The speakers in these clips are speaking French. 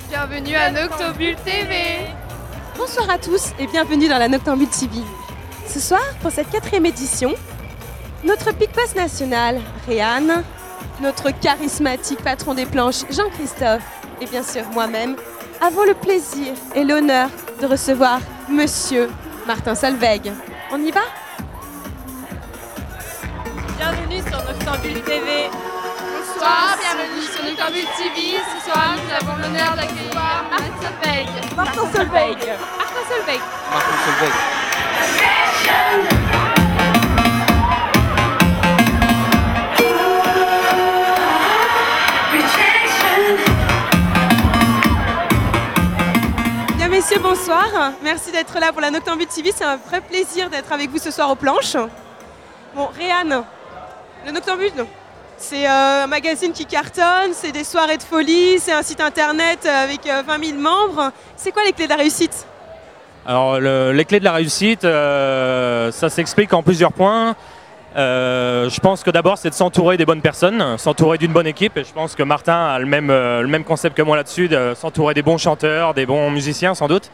Bienvenue à Noctambule TV. Bonsoir à tous et bienvenue dans la Noctambule TV. Ce soir, pour cette 4e édition, notre Big Boss national, Réan, notre charismatique patron des planches, Jean-Christophe, et bien sûr moi-même, avons le plaisir et l'honneur de recevoir Monsieur Martin Solveig. On y va? Bienvenue sur Noctambule TV. Bonsoir, bienvenue sur Noctambule TV. Ce soir, nous avons l'honneur d'accueillir Martin Solveig. Martin Solveig. Martin Solveig. Martin Solveig. Bien messieurs, bonsoir. Merci d'être là pour la Noctambule TV. C'est un vrai plaisir d'être avec vous ce soir aux planches. Bon, Réan, le Noctambule, c'est un magazine qui cartonne, c'est des soirées de folie, c'est un site internet avec 20 000 membres. C'est quoi les clés de la réussite? Alors les clés de la réussite, ça s'explique en plusieurs points. Je pense que d'abord c'est de s'entourer des bonnes personnes, s'entourer d'une bonne équipe. Et je pense que Martin a le même concept que moi là-dessus, de s'entourer des bons chanteurs, des bons musiciens sans doute.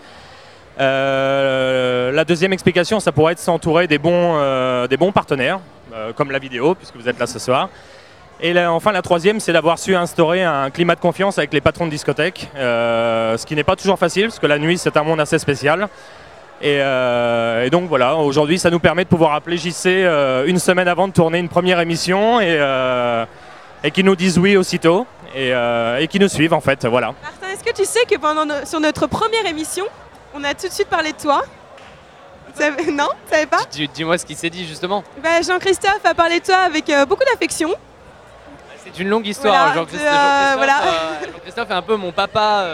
La deuxième explication, ça pourrait être s'entourer des bons partenaires, comme la vidéo, puisque vous êtes là ce soir. Et enfin, la troisième, c'est d'avoir su instaurer un climat de confiance avec les patrons de discothèque, ce qui n'est pas toujours facile, parce que la nuit, c'est un monde assez spécial. Et donc voilà, aujourd'hui, ça nous permet de pouvoir appeler JC une semaine avant de tourner une première émission et qu'ils nous disent oui aussitôt et qu'ils nous suivent en fait, voilà. Martin, est-ce que tu sais que sur notre première émission, on a tout de suite parlé de toi? Non, tu savais pas? Dis-moi ce qui s'est dit justement. Jean-Christophe a parlé de toi avec beaucoup d'affection. C'est une longue histoire. Voilà, Jean-Christophe est un peu mon papa,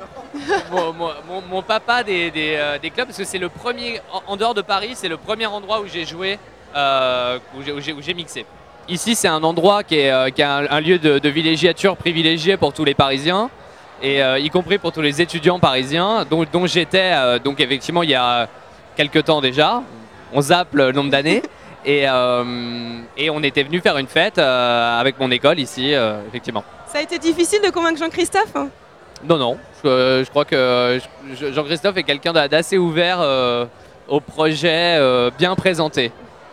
mon papa des clubs, parce que c'est le premier, en dehors de Paris, c'est le premier endroit où j'ai joué, où j'ai mixé. Ici, c'est un endroit qui a un lieu de villégiature privilégié pour tous les Parisiens, et y compris pour tous les étudiants parisiens, dont j'étais, donc effectivement, il y a quelques temps déjà, on zappe le nombre d'années. Et on était venu faire une fête avec mon école ici, effectivement. Ça a été difficile de convaincre Jean-Christophe? Non. Je crois que Jean-Christophe est quelqu'un d'assez ouvert au projet bien présenté.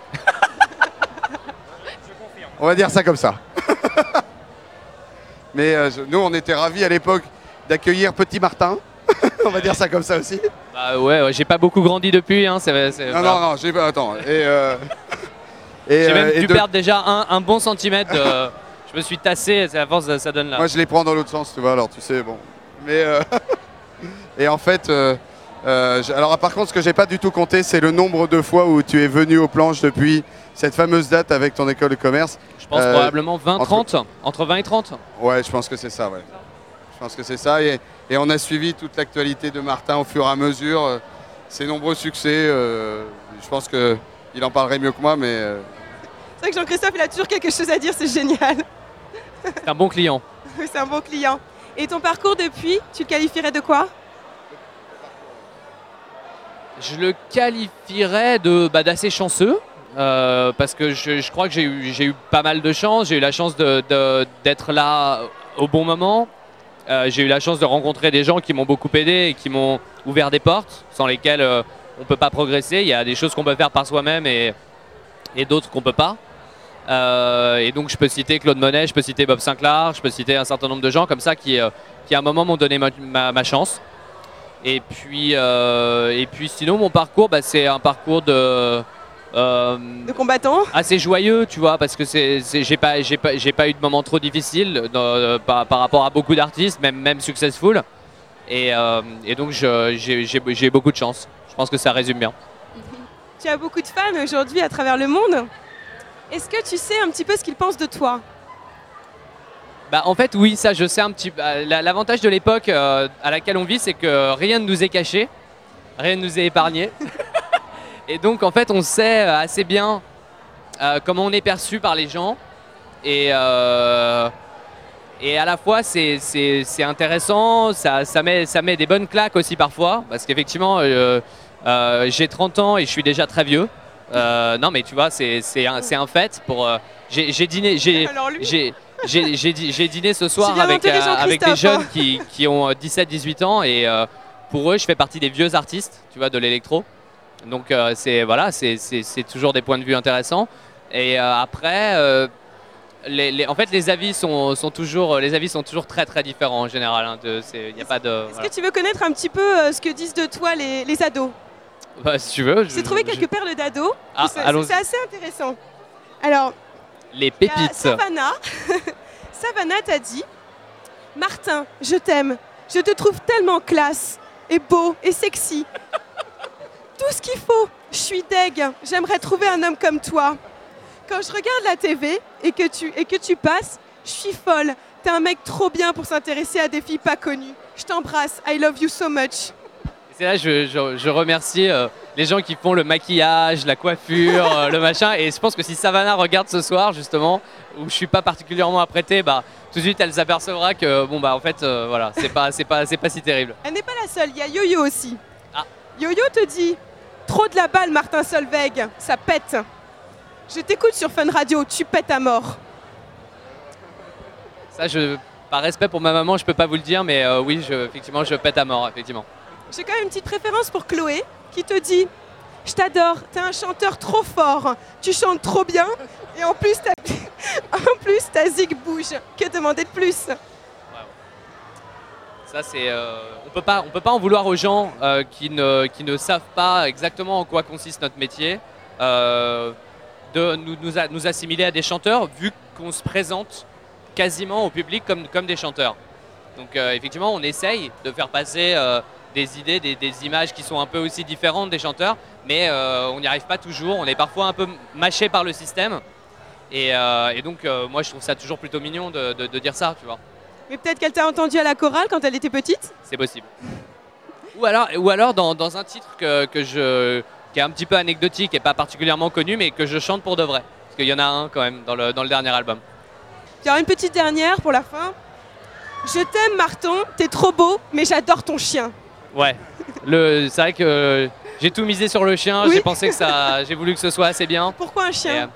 On va dire ça comme ça. Mais nous, on était ravis à l'époque d'accueillir Petit Martin. On va dire ça comme ça aussi. Bah ouais, j'ai pas beaucoup grandi depuis. Hein, non, j'ai pas. Attends. J'ai même dû perdre déjà un bon centimètre. Je me suis tassé, c'est à force, ça donne là. Moi, je les prends dans l'autre sens, tu vois. Alors, tu sais, bon. Mais et en fait, alors par contre, ce que j'ai pas du tout compté, c'est le nombre de fois où tu es venu aux planches depuis cette fameuse date avec ton école de commerce. Je pense probablement 20-30, entre 20 et 30. Ouais, je pense que c'est ça, ouais. Je pense que c'est ça. Et on a suivi toute l'actualité de Martin au fur et à mesure. Ses nombreux succès. Je pense qu'il en parlerait mieux que moi, mais... C'est vrai que Jean-Christophe, il a toujours quelque chose à dire, c'est génial. C'est un bon client. C'est un bon client. Et ton parcours depuis, tu le qualifierais de quoi? Je le qualifierais d'assez chanceux. Parce que je crois que j'ai eu pas mal de chance. J'ai eu la chance d'être là au bon moment. J'ai eu la chance de rencontrer des gens qui m'ont beaucoup aidé et qui m'ont ouvert des portes sans lesquelles on ne peut pas progresser. Il y a des choses qu'on peut faire par soi-même et d'autres qu'on ne peut pas. Et donc je peux citer Claude Monet, je peux citer Bob Sinclair, je peux citer un certain nombre de gens comme ça qui à un moment m'ont donné ma chance. Et puis sinon mon parcours, c'est un parcours de combattant assez joyeux, tu vois, parce que j'ai pas eu de moment trop difficile par rapport à beaucoup d'artistes, même successful. Et donc j'ai beaucoup de chance. Je pense que ça résume bien. Tu as beaucoup de fans aujourd'hui à travers le monde. Est-ce que tu sais un petit peu ce qu'ils pensent de toi? En fait, oui, ça je sais un petit peu. L'avantage de l'époque à laquelle on vit, c'est que rien ne nous est caché, rien ne nous est épargné. Et donc, en fait, on sait assez bien comment on est perçu par les gens. Et à la fois, c'est intéressant, ça met des bonnes claques aussi parfois. Parce qu'effectivement, j'ai 30 ans et je suis déjà très vieux. Non, mais tu vois, c'est un fait. J'ai dîné, J'ai dîné ce soir Tu viens avec, d'enterrer avec des Jean-Christophe, jeunes qui ont 17-18 ans et pour eux, je fais partie des vieux artistes, tu vois, de l'électro. Donc c'est toujours des points de vue intéressants. Et après, en fait, les avis sont toujours très très différents en général. Hein, y a pas de. Est-ce que tu veux connaître un petit peu ce que disent de toi les ados? Bah, si tu veux. J'ai trouvé quelques perles d'ados. Ah, C'est allons-y. assez intéressant. Alors, Les il y a pépites. Savannah. Savannah t'a dit « Martin, je t'aime. Je te trouve tellement classe et beau et sexy. Tout ce qu'il faut. Je suis deg. J'aimerais trouver un homme comme toi. Quand je regarde la TV et que tu passes, je suis folle. T'es un mec trop bien pour s'intéresser à des filles pas connues. Je t'embrasse. I love you so much. » C'est là je remercie les gens qui font le maquillage, la coiffure, le machin. Et je pense que si Savannah regarde ce soir, justement, où je suis pas particulièrement apprêté, bah, tout de suite elle s'apercevra que bon bah en fait voilà, c'est pas si terrible. Elle n'est pas la seule, il y a Yo-Yo aussi. Ah. Yo-Yo te dit « Trop de la balle, Martin Solveig, ça pète. Je t'écoute sur Fun Radio, tu pètes à mort. » Ça, par respect pour ma maman, je peux pas vous le dire, mais oui, effectivement, je pète à mort, effectivement. J'ai quand même une petite préférence pour Chloé qui te dit « Je t'adore, t'es un chanteur trop fort, tu chantes trop bien et en plus ta zig bouge. Que demander de plus ?» Ça, c'est, on peut pas en vouloir aux gens qui ne savent pas exactement en quoi consiste notre métier, de nous assimiler à des chanteurs, vu qu'on se présente quasiment au public comme des chanteurs. Donc effectivement, on essaye de faire passer des idées, des images qui sont un peu aussi différentes des chanteurs, mais on n'y arrive pas toujours. On est parfois un peu mâché par le système. Et donc, moi, je trouve ça toujours plutôt mignon de dire ça, tu vois. Mais peut-être qu'elle t'a entendu à la chorale quand elle était petite. C'est possible. Ou alors dans un titre qui est un petit peu anecdotique et pas particulièrement connu, mais que je chante pour de vrai. Parce qu'il y en a un quand même dans le dernier album. Il y aura une petite dernière pour la fin. Je t'aime Martin, t'es trop beau, mais j'adore ton chien. Ouais. C'est vrai que j'ai tout misé sur le chien. Oui. J'ai voulu que ce soit assez bien. Pourquoi un chien?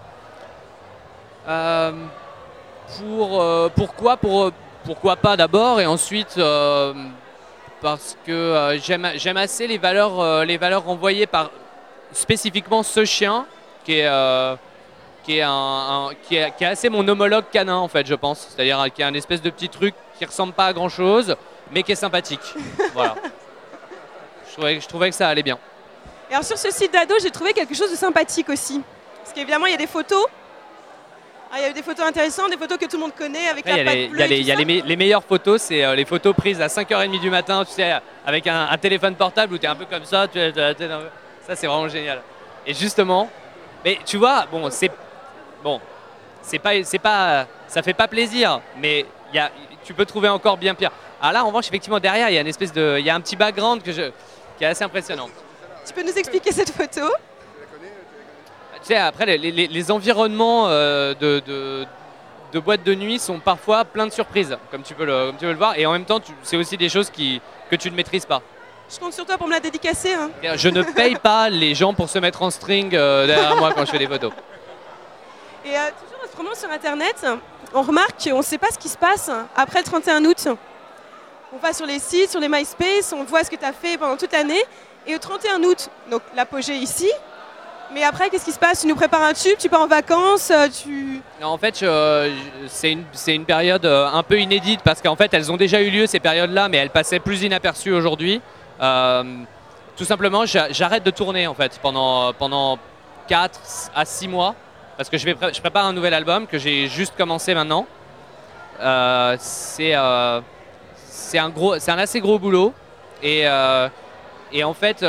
Pourquoi pas d'abord, et ensuite parce que j'aime assez les valeurs renvoyées par spécifiquement ce chien qui est assez mon homologue canin en fait, je pense. C'est-à-dire qui est un espèce de petit truc qui ressemble pas à grand chose, mais qui est sympathique. Voilà. Je trouvais que ça allait bien. Et alors sur ce site d'ado, j'ai trouvé quelque chose de sympathique aussi. Parce qu'évidemment, il y a des photos. Il y a eu des photos intéressantes, des photos que tout le monde connaît avec la patte bleue. Il y a les meilleures photos, c'est les photos prises à 5h30 du matin, tu sais, avec un téléphone portable où tu es un peu comme ça. Ça, c'est vraiment génial. Et justement, mais tu vois, ça fait pas plaisir, mais tu peux trouver encore bien pire. Alors là, en revanche, effectivement, derrière, il y a il y a un petit background qui est assez impressionnant. Tu peux nous expliquer cette photo? Tu sais, après, les environnements de boîtes de nuit sont parfois pleins de surprises, comme tu peux le voir, et en même temps, c'est aussi des choses que tu ne maîtrises pas. Je compte sur toi pour me la dédicacer. Hein. Je ne paye pas les gens pour se mettre en string derrière moi quand je fais des photos. Et toujours en se promenant sur Internet, on remarque qu'on ne sait pas ce qui se passe après le 31 août. On va sur les sites, sur les MySpace, on voit ce que tu as fait pendant toute l'année. Et au 31 août, donc l'apogée ici, mais après, qu'est-ce qui se passe? Tu nous prépares un tube, tu pars en vacances, En fait, c'est une période un peu inédite parce qu'en fait, elles ont déjà eu lieu ces périodes-là, mais elles passaient plus inaperçues aujourd'hui. Tout simplement, j'arrête de tourner en fait pendant 4 à 6 mois parce que je prépare un nouvel album que j'ai juste commencé maintenant. C'est un assez gros boulot et en fait,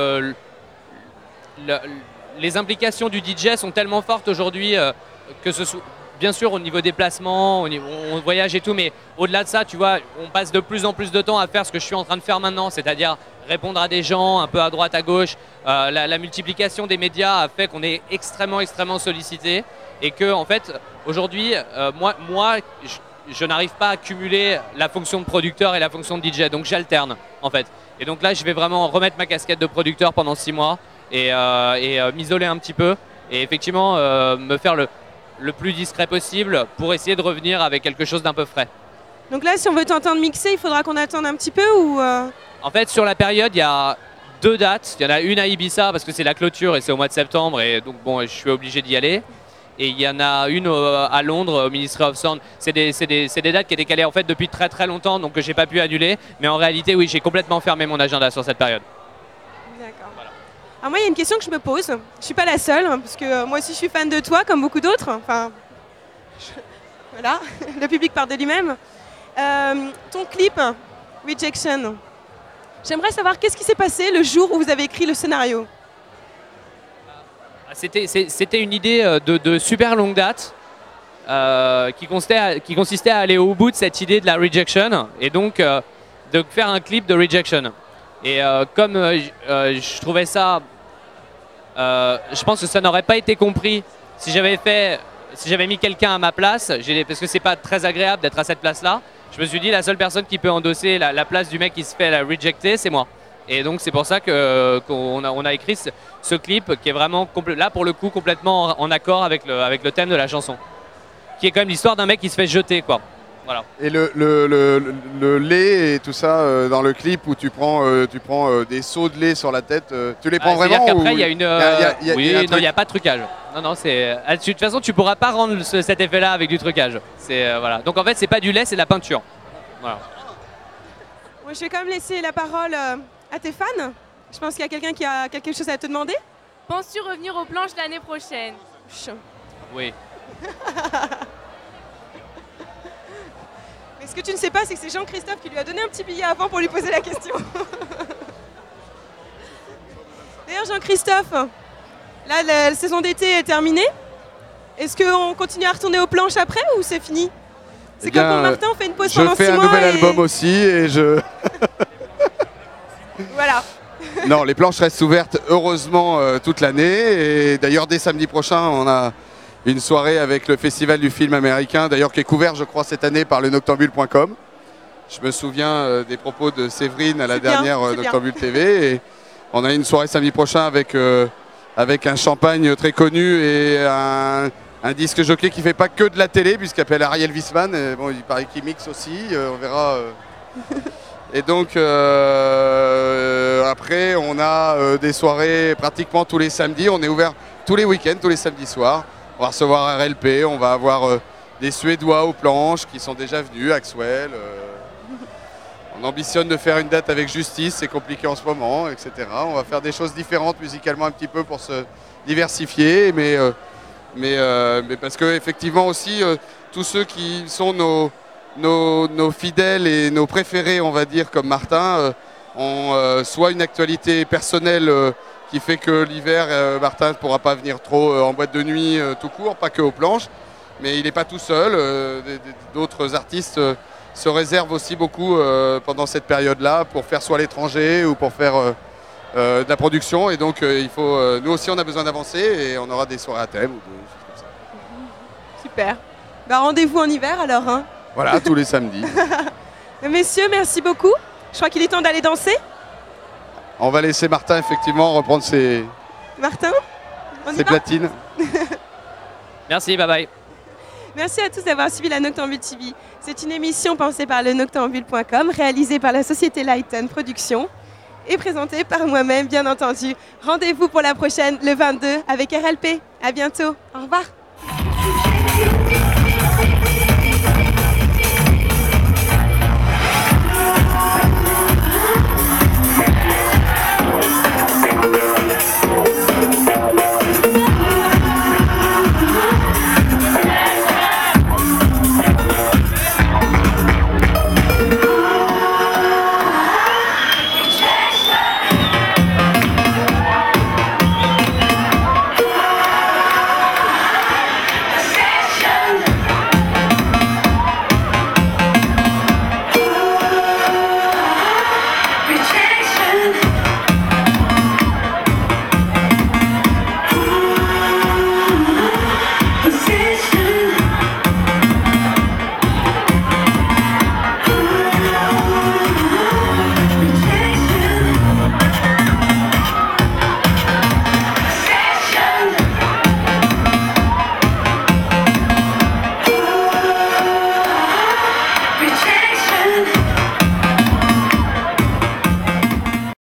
les implications du DJ sont tellement fortes aujourd'hui que ce soit bien sûr au niveau déplacement, on voyage et tout, mais au-delà de ça, tu vois, on passe de plus en plus de temps à faire ce que je suis en train de faire maintenant, c'est-à-dire répondre à des gens un peu à droite, à gauche. La multiplication des médias a fait qu'on est extrêmement sollicité et que en fait aujourd'hui, moi je n'arrive pas à cumuler la fonction de producteur et la fonction de DJ, donc j'alterne en fait. Et donc là, je vais vraiment remettre ma casquette de producteur pendant 6 mois et m'isoler un petit peu et effectivement me faire le plus discret possible pour essayer de revenir avec quelque chose d'un peu frais. Donc là, si on veut t'entendre mixer, il faudra qu'on attende un petit peu ou En fait, sur la période, il y a 2 dates. Il y en a une à Ibiza parce que c'est la clôture et c'est au mois de septembre et donc bon, je suis obligé d'y aller. Et il y en a une à Londres, au Ministry of Sound. C'est des dates qui étaient calées en fait depuis très très longtemps, donc que j'ai pas pu annuler. Mais en réalité, oui, j'ai complètement fermé mon agenda sur cette période. D'accord. Voilà. Alors moi, il y a une question que je me pose. Je suis pas la seule, hein, parce que moi aussi, je suis fan de toi, comme beaucoup d'autres. Enfin, voilà, le public parle de lui-même. Ton clip, Rejection. J'aimerais savoir qu'est-ce qui s'est passé le jour où vous avez écrit le scénario. C'était une idée de super longue date qui consistait à aller au bout de cette idée de la rejection et donc de faire un clip de rejection. Et comme je trouvais ça, je pense que ça n'aurait pas été compris si j'avais mis quelqu'un à ma place, parce que c'est pas très agréable d'être à cette place-là. Je me suis dit la seule personne qui peut endosser la place du mec qui se fait la rejecter, c'est moi. Et donc c'est pour ça qu'on a écrit ce clip qui est vraiment là pour le coup complètement en accord avec le thème de la chanson, qui est quand même l'histoire d'un mec qui se fait jeter quoi. Voilà. Et le lait et tout ça dans le clip où tu prends des seaux de lait sur la tête, tu les prends vraiment? C'est-à-dire qu'après il y a une y a un non, il n'y a pas de trucage. Non, c'est de toute façon tu pourras pas rendre cet effet-là avec du trucage. C'est voilà. Donc en fait c'est pas du lait, c'est de la peinture. Voilà. Moi, je vais quand même laisser la parole à tes fans. Je pense qu'il y a quelqu'un qui a quelque chose à te demander. Penses-tu revenir aux planches l'année prochaine? Oui. Mais ce que tu ne sais pas, c'est que c'est Jean-Christophe qui lui a donné un petit billet avant pour lui poser la question. D'ailleurs, Jean-Christophe, là, la saison d'été est terminée. Est-ce qu'on continue à retourner aux planches après ou c'est fini? C'est comme pour Martin, on fait une pause pendant 6 mois. Je fais un nouvel album aussi et je... Voilà. Non, les planches restent ouvertes heureusement toute l'année. Et d'ailleurs, dès samedi prochain, on a une soirée avec le Festival du film américain, d'ailleurs qui est couvert, je crois, cette année par le Noctambule.com. Je me souviens des propos de Séverine à la dernière Noctambule TV. Et on a une soirée samedi prochain avec un champagne très connu et un disque jockey qui fait pas que de la télé, puisqu'il s'appelle Ariel Wiesman. Et bon, il paraît qu'il mixe aussi, on verra. Et donc après, on a des soirées pratiquement tous les samedis. On est ouvert tous les week-ends, tous les samedis soirs. On va recevoir RLP, on va avoir des Suédois aux planches qui sont déjà venus, Axwell. On ambitionne de faire une date avec Justice, c'est compliqué en ce moment, etc. On va faire des choses différentes musicalement un petit peu pour se diversifier, mais parce que effectivement aussi, tous ceux qui sont nos fidèles et nos préférés, on va dire, comme Martin, ont soit une actualité personnelle qui fait que l'hiver, Martin ne pourra pas venir trop en boîte de nuit tout court, pas que aux planches, mais il n'est pas tout seul. D'autres artistes se réservent aussi beaucoup pendant cette période-là pour faire soit à l'étranger ou pour faire de la production. Et donc, il faut, nous aussi, on a besoin d'avancer et on aura des soirées à thème ou des choses comme ça. Super. Bah, rendez-vous en hiver alors. Hein. Voilà, tous les samedis. Messieurs, merci beaucoup. Je crois qu'il est temps d'aller danser. On va laisser Martin, effectivement, reprendre ses platines. Merci, bye bye. Merci à tous d'avoir suivi la Noctambule TV. C'est une émission pensée par le Noctambule.com, réalisée par la société Lighton Productions et présentée par moi-même, bien entendu. Rendez-vous pour la prochaine, le 22, avec RLP. À bientôt. Au revoir.